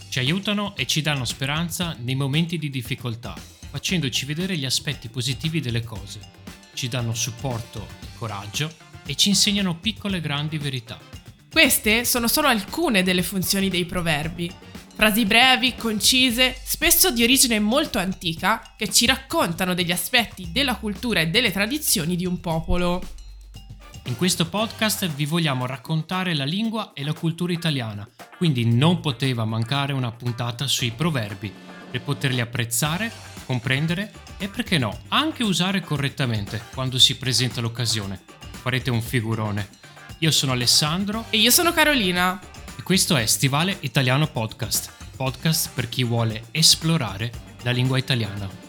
Ci aiutano e ci danno speranza nei momenti di difficoltà, facendoci vedere gli aspetti positivi delle cose. Ci danno supporto e coraggio e ci insegnano piccole e grandi verità. Queste sono solo alcune delle funzioni dei proverbi. Frasi brevi, concise, spesso di origine molto antica, che ci raccontano degli aspetti della cultura e delle tradizioni di un popolo. In questo podcast vi vogliamo raccontare la lingua e la cultura italiana, quindi non poteva mancare una puntata sui proverbi per poterli apprezzare, comprendere e, perché no, anche usare correttamente quando si presenta l'occasione. Farete un figurone. Io sono Alessandro E io sono Carolina. e questo è Stivale Italiano Podcast, podcast per chi vuole esplorare la lingua italiana.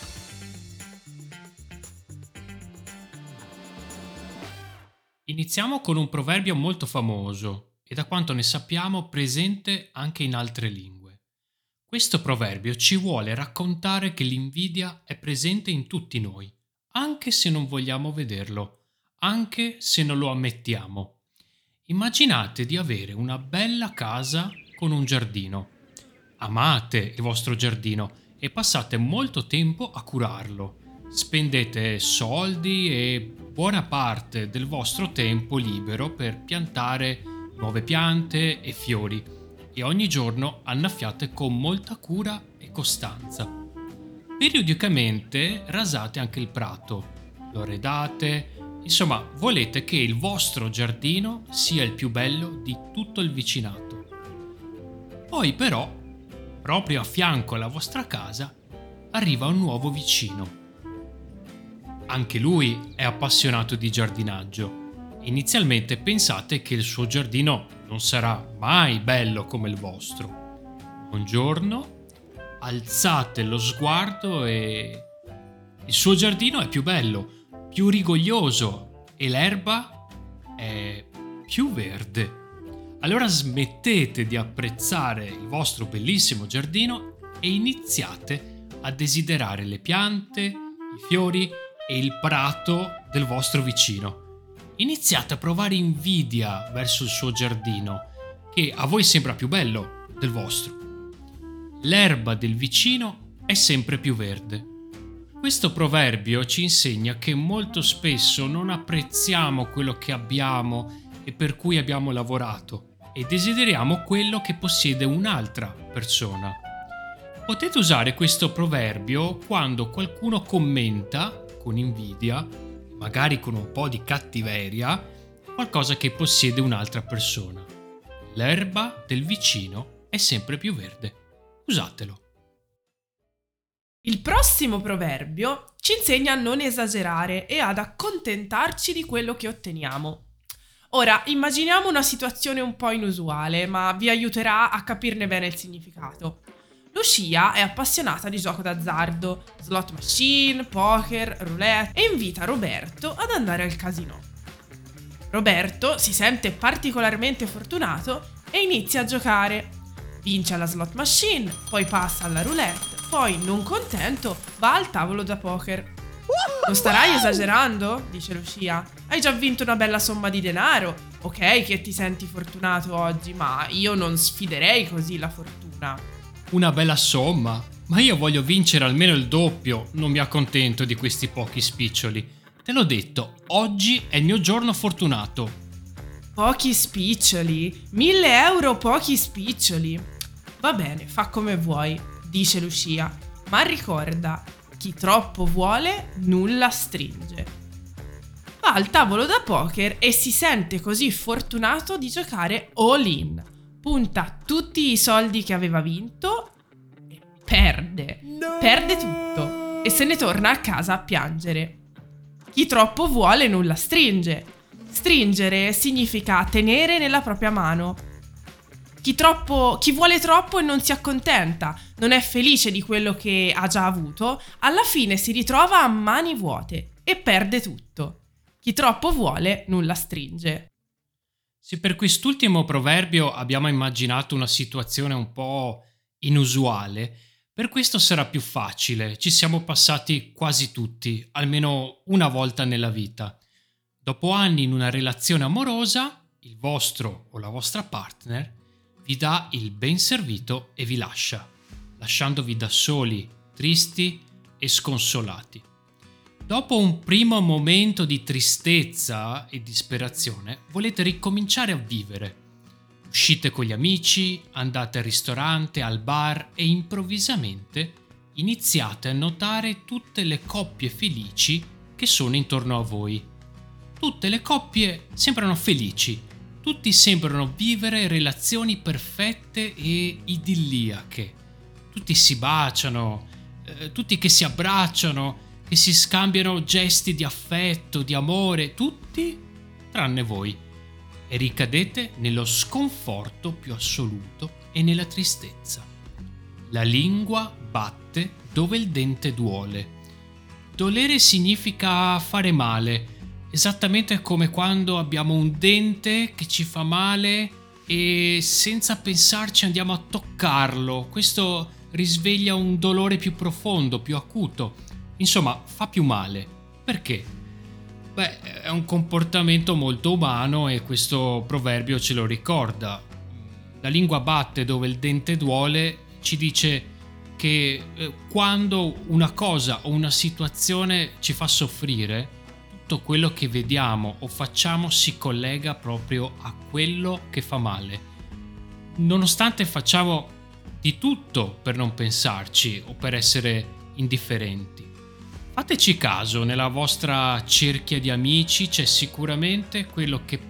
Iniziamo con un proverbio molto famoso e, da quanto ne sappiamo, presente anche in altre lingue. Questo proverbio ci vuole raccontare che l'invidia è presente in tutti noi, anche se non vogliamo vederlo, anche se non lo ammettiamo. Immaginate di avere una bella casa con un giardino. Amate il vostro giardino e passate molto tempo a curarlo. Spendete soldi e buona parte del vostro tempo libero per piantare nuove piante e fiori e ogni giorno annaffiate con molta cura e costanza. Periodicamente rasate anche il prato, lo arredate, insomma volete che il vostro giardino sia il più bello di tutto il vicinato. Poi però, proprio a fianco alla vostra casa, arriva un nuovo vicino. Anche lui è appassionato di giardinaggio. Inizialmente pensate che il suo giardino non sarà mai bello come il vostro. Un giorno alzate lo sguardo e il suo giardino è più bello, più rigoglioso e l'erba è più verde. Allora smettete di apprezzare il vostro bellissimo giardino e iniziate a desiderare le piante, i fiori e il prato del vostro vicino. Iniziate a provare invidia verso il suo giardino, che a voi sembra più bello del vostro. L'erba del vicino è sempre più verde. Questo proverbio ci insegna che molto spesso non apprezziamo quello che abbiamo e per cui abbiamo lavorato e desideriamo quello che possiede un'altra persona. Potete usare questo proverbio quando qualcuno commenta con invidia, magari con un po' di cattiveria, qualcosa che possiede un'altra persona. L'erba del vicino è sempre più verde. Usatelo. Il prossimo proverbio ci insegna a non esagerare e ad accontentarci di quello che otteniamo. Ora, immaginiamo una situazione un po' inusuale, ma vi aiuterà a capirne bene il significato. Lucia è appassionata di gioco d'azzardo, slot machine, poker, roulette e invita Roberto ad andare al casinò. Roberto si sente particolarmente fortunato e inizia a giocare. Vince alla slot machine, poi passa alla roulette, poi, non contento, va al tavolo da poker. Non starai esagerando? Dice Lucia. Hai già vinto una bella somma di denaro. Ok che ti senti fortunato oggi, ma io non sfiderei così la fortuna. Una bella somma, ma io voglio vincere almeno il doppio, non mi accontento di questi pochi spiccioli. Te l'ho detto, oggi è il mio giorno fortunato. Pochi spiccioli? 1.000 euro pochi spiccioli? Va bene, fa come vuoi, dice Lucia, ma ricorda, chi troppo vuole nulla stringe. Va al tavolo da poker e si sente così fortunato di giocare all in. Punta tutti i soldi che aveva vinto e perde. Perde tutto e se ne torna a casa a piangere. Chi troppo vuole nulla stringe. Stringere significa tenere nella propria mano. Chi vuole troppo e non si accontenta, non è felice di quello che ha già avuto, alla fine si ritrova a mani vuote e perde tutto. Chi troppo vuole nulla stringe. Se per quest'ultimo proverbio abbiamo immaginato una situazione un po' inusuale, per questo sarà più facile, ci siamo passati quasi tutti, almeno una volta nella vita. Dopo anni in una relazione amorosa, il vostro o la vostra partner vi dà il ben servito e vi lascia, lasciandovi da soli, tristi e sconsolati. Dopo un primo momento di tristezza e disperazione, volete ricominciare a vivere. Uscite con gli amici, andate al ristorante, al bar e improvvisamente iniziate a notare tutte le coppie felici che sono intorno a voi. Tutte le coppie sembrano felici, tutti sembrano vivere relazioni perfette e idilliache. Tutti si baciano, tutti che si abbracciano, che si scambiano gesti di affetto, di amore, tutti tranne voi. E ricadete nello sconforto più assoluto e nella tristezza. La lingua batte dove il dente duole. Dolere significa fare male, esattamente come quando abbiamo un dente che ci fa male e senza pensarci andiamo a toccarlo. Questo risveglia un dolore più profondo, più acuto. Insomma, fa più male. Perché? Beh, è un comportamento molto umano e questo proverbio ce lo ricorda. La lingua batte dove il dente duole ci dice che quando una cosa o una situazione ci fa soffrire, tutto quello che vediamo o facciamo si collega proprio a quello che fa male. Nonostante facciamo di tutto per non pensarci o per essere indifferenti. Fateci caso, nella vostra cerchia di amici c'è sicuramente quello che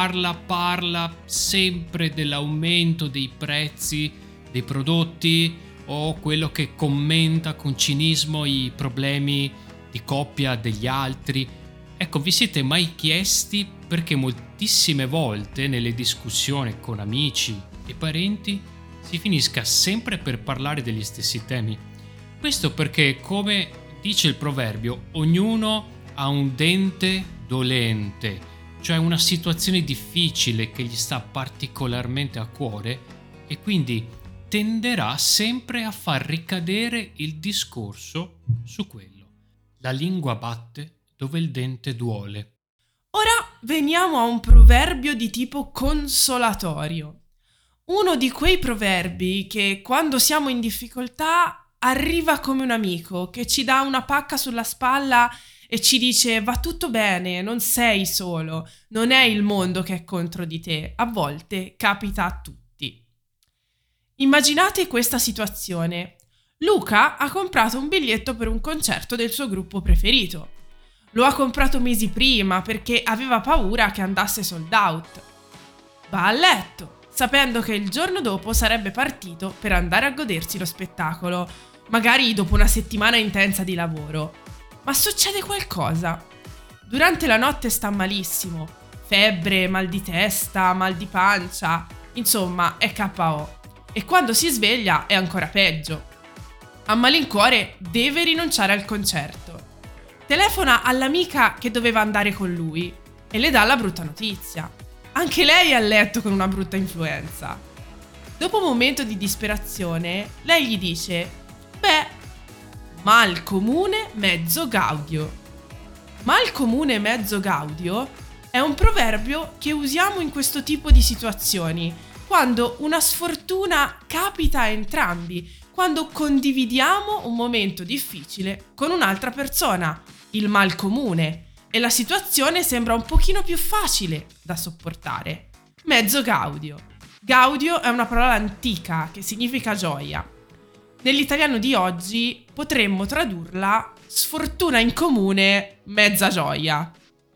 parla sempre dell'aumento dei prezzi dei prodotti o quello che commenta con cinismo i problemi di coppia degli altri. Ecco, vi siete mai chiesti perché moltissime volte nelle discussioni con amici e parenti si finisca sempre per parlare degli stessi temi? Questo perché, come dice il proverbio, ognuno ha un dente dolente, cioè una situazione difficile che gli sta particolarmente a cuore e quindi tenderà sempre a far ricadere il discorso su quello. La lingua batte dove il dente duole. Ora veniamo a un proverbio di tipo consolatorio. Uno di quei proverbi che quando siamo in difficoltà arriva come un amico che ci dà una pacca sulla spalla e ci dice: va tutto bene, non sei solo, non è il mondo che è contro di te, a volte capita a tutti. Immaginate questa situazione. Luca ha comprato un biglietto per un concerto del suo gruppo preferito. Lo ha comprato mesi prima perché aveva paura che andasse sold out. Va a letto, sapendo che il giorno dopo sarebbe partito per andare a godersi lo spettacolo, magari dopo una settimana intensa di lavoro. Ma succede qualcosa. Durante la notte sta malissimo. Febbre, mal di testa, mal di pancia, insomma è KO. E quando si sveglia è ancora peggio. A malincuore deve rinunciare al concerto. Telefona all'amica che doveva andare con lui e le dà la brutta notizia. Anche lei è a letto con una brutta influenza. Dopo un momento di disperazione, lei gli dice: beh, mal comune mezzo gaudio. Mal comune mezzo gaudio è un proverbio che usiamo in questo tipo di situazioni, quando una sfortuna capita a entrambi, quando condividiamo un momento difficile con un'altra persona, il mal comune, e la situazione sembra un pochino più facile da sopportare. Mezzo gaudio. Gaudio è una parola antica che significa gioia. Nell'italiano di oggi potremmo tradurla sfortuna in comune, mezza gioia.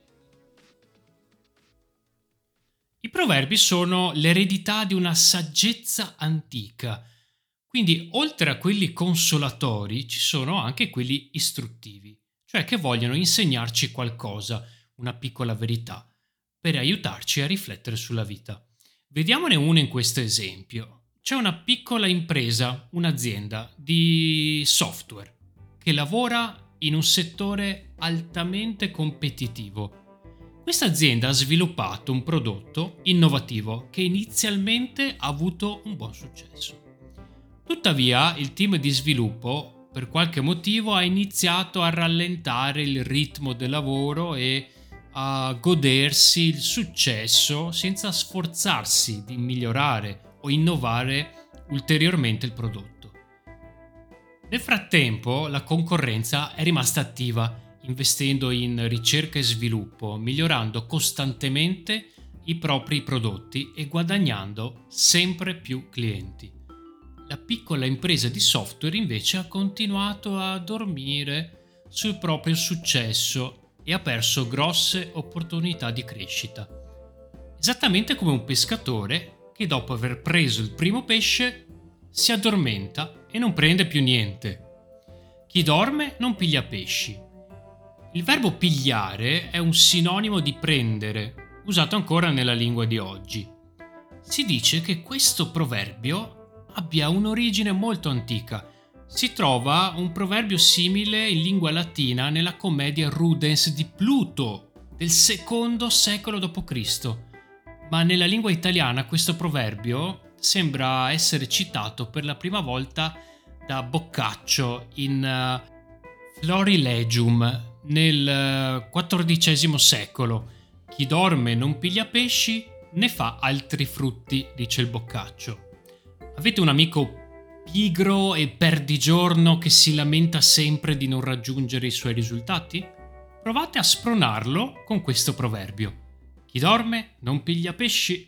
I proverbi sono l'eredità di una saggezza antica, quindi oltre a quelli consolatori ci sono anche quelli istruttivi, cioè che vogliono insegnarci qualcosa, una piccola verità, per aiutarci a riflettere sulla vita. Vediamone uno in questo esempio. C'è una piccola impresa, un'azienda di software, che lavora in un settore altamente competitivo. Questa azienda ha sviluppato un prodotto innovativo che inizialmente ha avuto un buon successo. Tuttavia, il team di sviluppo, per qualche motivo, ha iniziato a rallentare il ritmo del lavoro e a godersi il successo senza sforzarsi di migliorare o innovare ulteriormente il prodotto. Nel frattempo, la concorrenza è rimasta attiva, investendo in ricerca e sviluppo, migliorando costantemente i propri prodotti e guadagnando sempre più clienti. La piccola impresa di software invece ha continuato a dormire sul proprio successo e ha perso grosse opportunità di crescita. Esattamente come un pescatore che dopo aver preso il primo pesce si addormenta e non prende più niente. Chi dorme non piglia pesci. Il verbo pigliare è un sinonimo di prendere, usato ancora nella lingua di oggi. Si dice che questo proverbio abbia un'origine molto antica. Si trova un proverbio simile in lingua latina nella commedia Rudens di Pluto del II secolo d.C., ma nella lingua italiana questo proverbio sembra essere citato per la prima volta da Boccaccio in Florilegium nel XIV secolo. Chi dorme non piglia pesci, ne fa altri frutti, dice il Boccaccio. Avete un amico pigro e perdigiorno che si lamenta sempre di non raggiungere i suoi risultati? Provate a spronarlo con questo proverbio. Chi dorme non piglia pesci.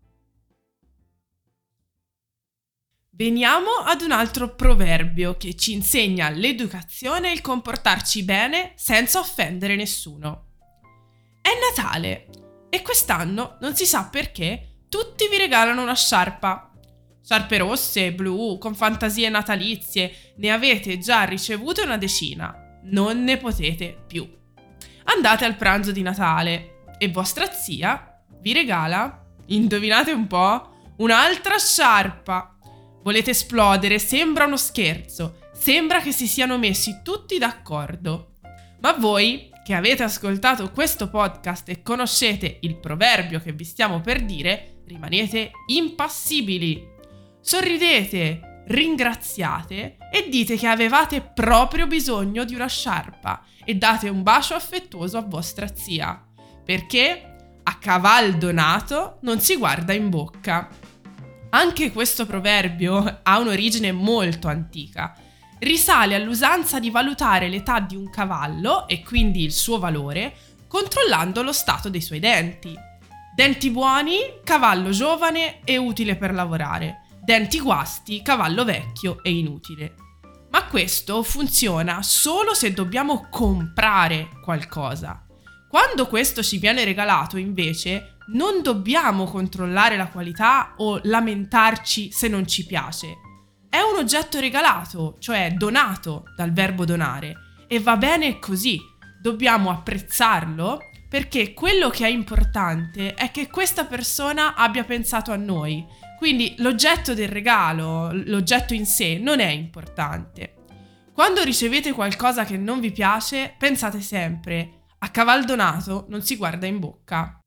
Veniamo ad un altro proverbio che ci insegna l'educazione e il comportarci bene senza offendere nessuno. È Natale e quest'anno, non si sa perché, tutti vi regalano una sciarpa. Sciarpe rosse, blu, con fantasie natalizie, ne avete già ricevute una decina. Non ne potete più. Andate al pranzo di Natale e vostra zia vi regala, indovinate un po', un'altra sciarpa. Volete esplodere, sembra uno scherzo, sembra che si siano messi tutti d'accordo. Ma voi, che avete ascoltato questo podcast e conoscete il proverbio che vi stiamo per dire, rimanete impassibili. Sorridete, ringraziate e dite che avevate proprio bisogno di una sciarpa e date un bacio affettuoso a vostra zia. Perché a caval donato non si guarda in bocca. Anche questo proverbio ha un'origine molto antica. Risale all'usanza di valutare l'età di un cavallo e quindi il suo valore controllando lo stato dei suoi denti. Denti buoni, cavallo giovane e utile per lavorare. Denti guasti, cavallo vecchio e inutile. Ma questo funziona solo se dobbiamo comprare qualcosa. Quando questo ci viene regalato, invece, non dobbiamo controllare la qualità o lamentarci se non ci piace. È un oggetto regalato, cioè donato dal verbo donare, e va bene così. Dobbiamo apprezzarlo perché quello che è importante è che questa persona abbia pensato a noi. Quindi l'oggetto del regalo, l'oggetto in sé, non è importante. Quando ricevete qualcosa che non vi piace, pensate sempre: a caval donato non si guarda in bocca.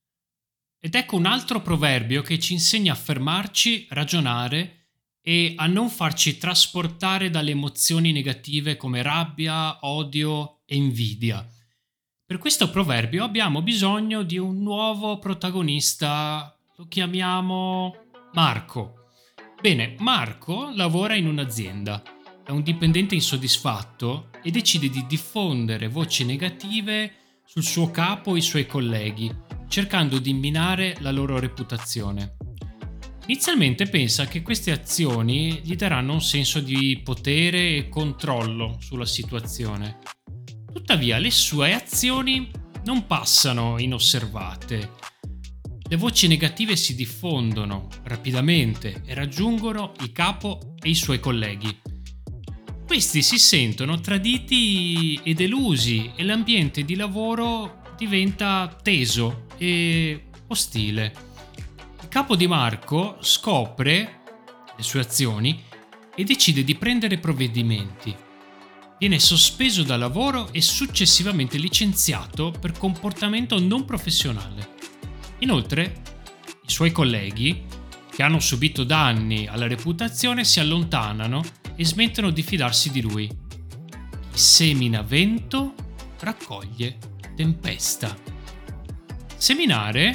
Ed ecco un altro proverbio che ci insegna a fermarci, ragionare e a non farci trasportare dalle emozioni negative come rabbia, odio e invidia. Per questo proverbio abbiamo bisogno di un nuovo protagonista, lo chiamiamo Marco. Bene, Marco lavora in un'azienda, è un dipendente insoddisfatto e decide di diffondere voci negative sul suo capo e i suoi colleghi, cercando di minare la loro reputazione. Inizialmente pensa che queste azioni gli daranno un senso di potere e controllo sulla situazione. Tuttavia, le sue azioni non passano inosservate. Le voci negative si diffondono rapidamente e raggiungono il capo e i suoi colleghi. Questi si sentono traditi e delusi e l'ambiente di lavoro diventa teso e ostile. Il capo di Marco scopre le sue azioni e decide di prendere provvedimenti. Viene sospeso dal lavoro e successivamente licenziato per comportamento non professionale. Inoltre, i suoi colleghi, che hanno subito danni alla reputazione, si allontanano e smettono di fidarsi di lui. Chi semina vento raccoglie tempesta. Seminare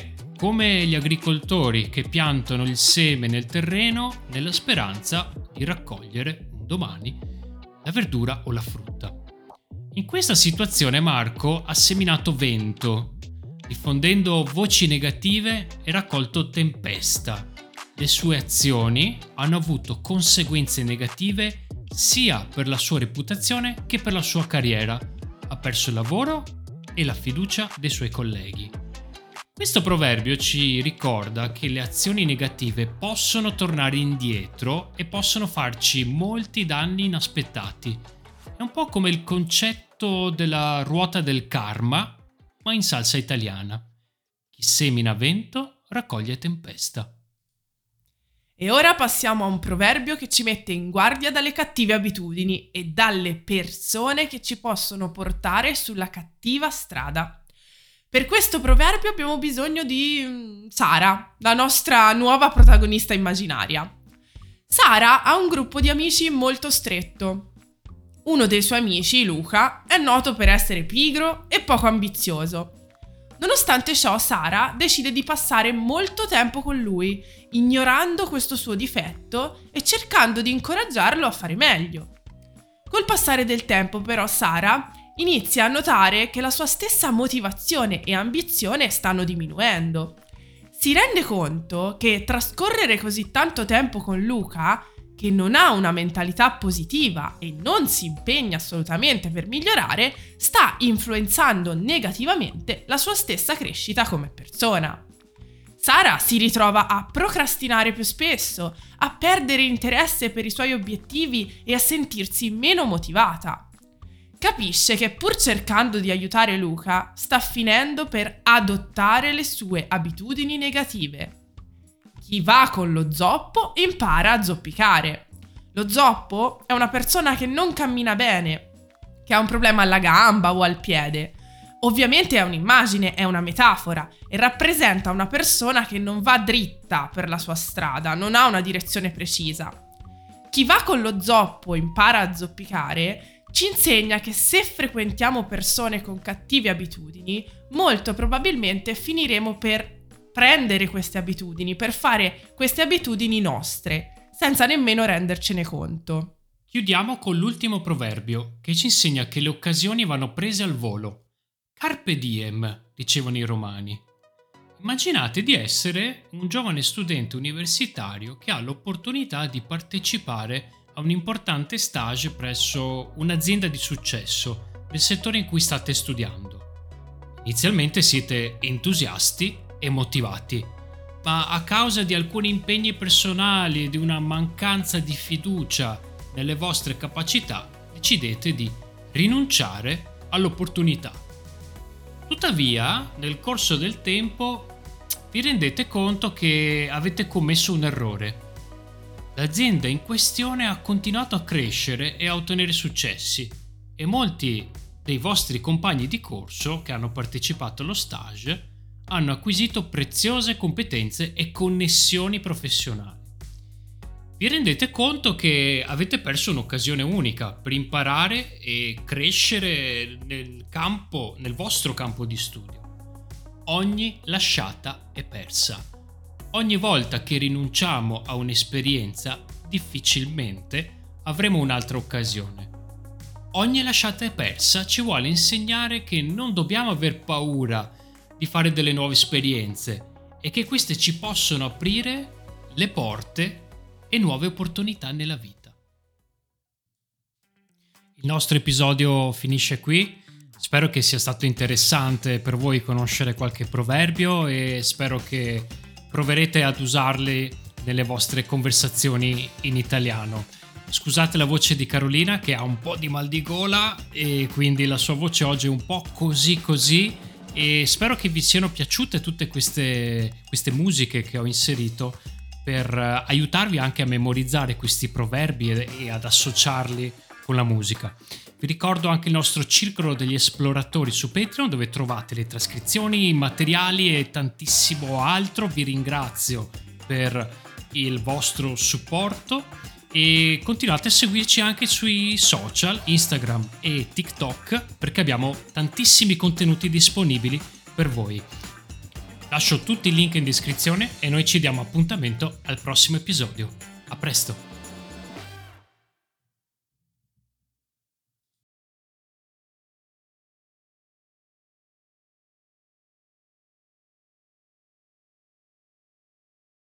come gli agricoltori che piantano il seme nel terreno nella speranza di raccogliere un domani la verdura o la frutta. In questa situazione Marco ha seminato vento, diffondendo voci negative e raccolto tempesta. Le sue azioni hanno avuto conseguenze negative sia per la sua reputazione che per la sua carriera. Ha perso il lavoro e la fiducia dei suoi colleghi. Questo proverbio ci ricorda che le azioni negative possono tornare indietro e possono farci molti danni inaspettati. È un po' come il concetto della ruota del karma, ma in salsa italiana. Chi semina vento raccoglie tempesta. E ora passiamo a un proverbio che ci mette in guardia dalle cattive abitudini e dalle persone che ci possono portare sulla cattiva strada. Per questo proverbio abbiamo bisogno di Sara, la nostra nuova protagonista immaginaria. Sara ha un gruppo di amici molto stretto. Uno dei suoi amici, Luca, è noto per essere pigro e poco ambizioso. Nonostante ciò, Sara decide di passare molto tempo con lui, ignorando questo suo difetto e cercando di incoraggiarlo a fare meglio. Col passare del tempo, però, Sara inizia a notare che la sua stessa motivazione e ambizione stanno diminuendo. Si rende conto che trascorrere così tanto tempo con Luca, che non ha una mentalità positiva e non si impegna assolutamente per migliorare, sta influenzando negativamente la sua stessa crescita come persona. Sara si ritrova a procrastinare più spesso, a perdere interesse per i suoi obiettivi e a sentirsi meno motivata. Capisce che pur cercando di aiutare Luca, sta finendo per adottare le sue abitudini negative. Chi va con lo zoppo impara a zoppicare. Lo zoppo è una persona che non cammina bene, che ha un problema alla gamba o al piede. Ovviamente è un'immagine, è una metafora e rappresenta una persona che non va dritta per la sua strada, non ha una direzione precisa. Chi va con lo zoppo impara a zoppicare ci insegna che se frequentiamo persone con cattive abitudini, molto probabilmente finiremo per prendere queste abitudini, per fare queste abitudini nostre, senza nemmeno rendercene conto. Chiudiamo con l'ultimo proverbio, che ci insegna che le occasioni vanno prese al volo. Carpe diem, dicevano i romani. Immaginate di essere un giovane studente universitario che ha l'opportunità di partecipare a un importante stage presso un'azienda di successo nel settore in cui state studiando. Inizialmente siete entusiasti e motivati, ma a causa di alcuni impegni personali e di una mancanza di fiducia nelle vostre capacità, decidete di rinunciare all'opportunità. Tuttavia, nel corso del tempo, vi rendete conto che avete commesso un errore. L'azienda in questione ha continuato a crescere e a ottenere successi e molti dei vostri compagni di corso che hanno partecipato allo stage hanno acquisito preziose competenze e connessioni professionali. Vi rendete conto che avete perso un'occasione unica per imparare e crescere nel vostro campo di studio. Ogni lasciata è persa. Ogni volta che rinunciamo a un'esperienza, difficilmente avremo un'altra occasione. Ogni lasciata è persa ci vuole insegnare che non dobbiamo aver paura di fare delle nuove esperienze e che queste ci possono aprire le porte e nuove opportunità nella vita. Il nostro episodio finisce qui. Spero che sia stato interessante per voi conoscere qualche proverbio e spero che proverete ad usarli nelle vostre conversazioni in italiano. Scusate la voce di Carolina che ha un po' di mal di gola e quindi la sua voce oggi è un po' così e spero che vi siano piaciute tutte queste musiche che ho inserito per aiutarvi anche a memorizzare questi proverbi e ad associarli con la musica. Vi ricordo anche il nostro circolo degli esploratori su Patreon dove trovate le trascrizioni, materiali e tantissimo altro. Vi ringrazio per il vostro supporto e continuate a seguirci anche sui social, Instagram e TikTok perché abbiamo tantissimi contenuti disponibili per voi. Lascio tutti i link in descrizione e noi ci diamo appuntamento al prossimo episodio. A presto!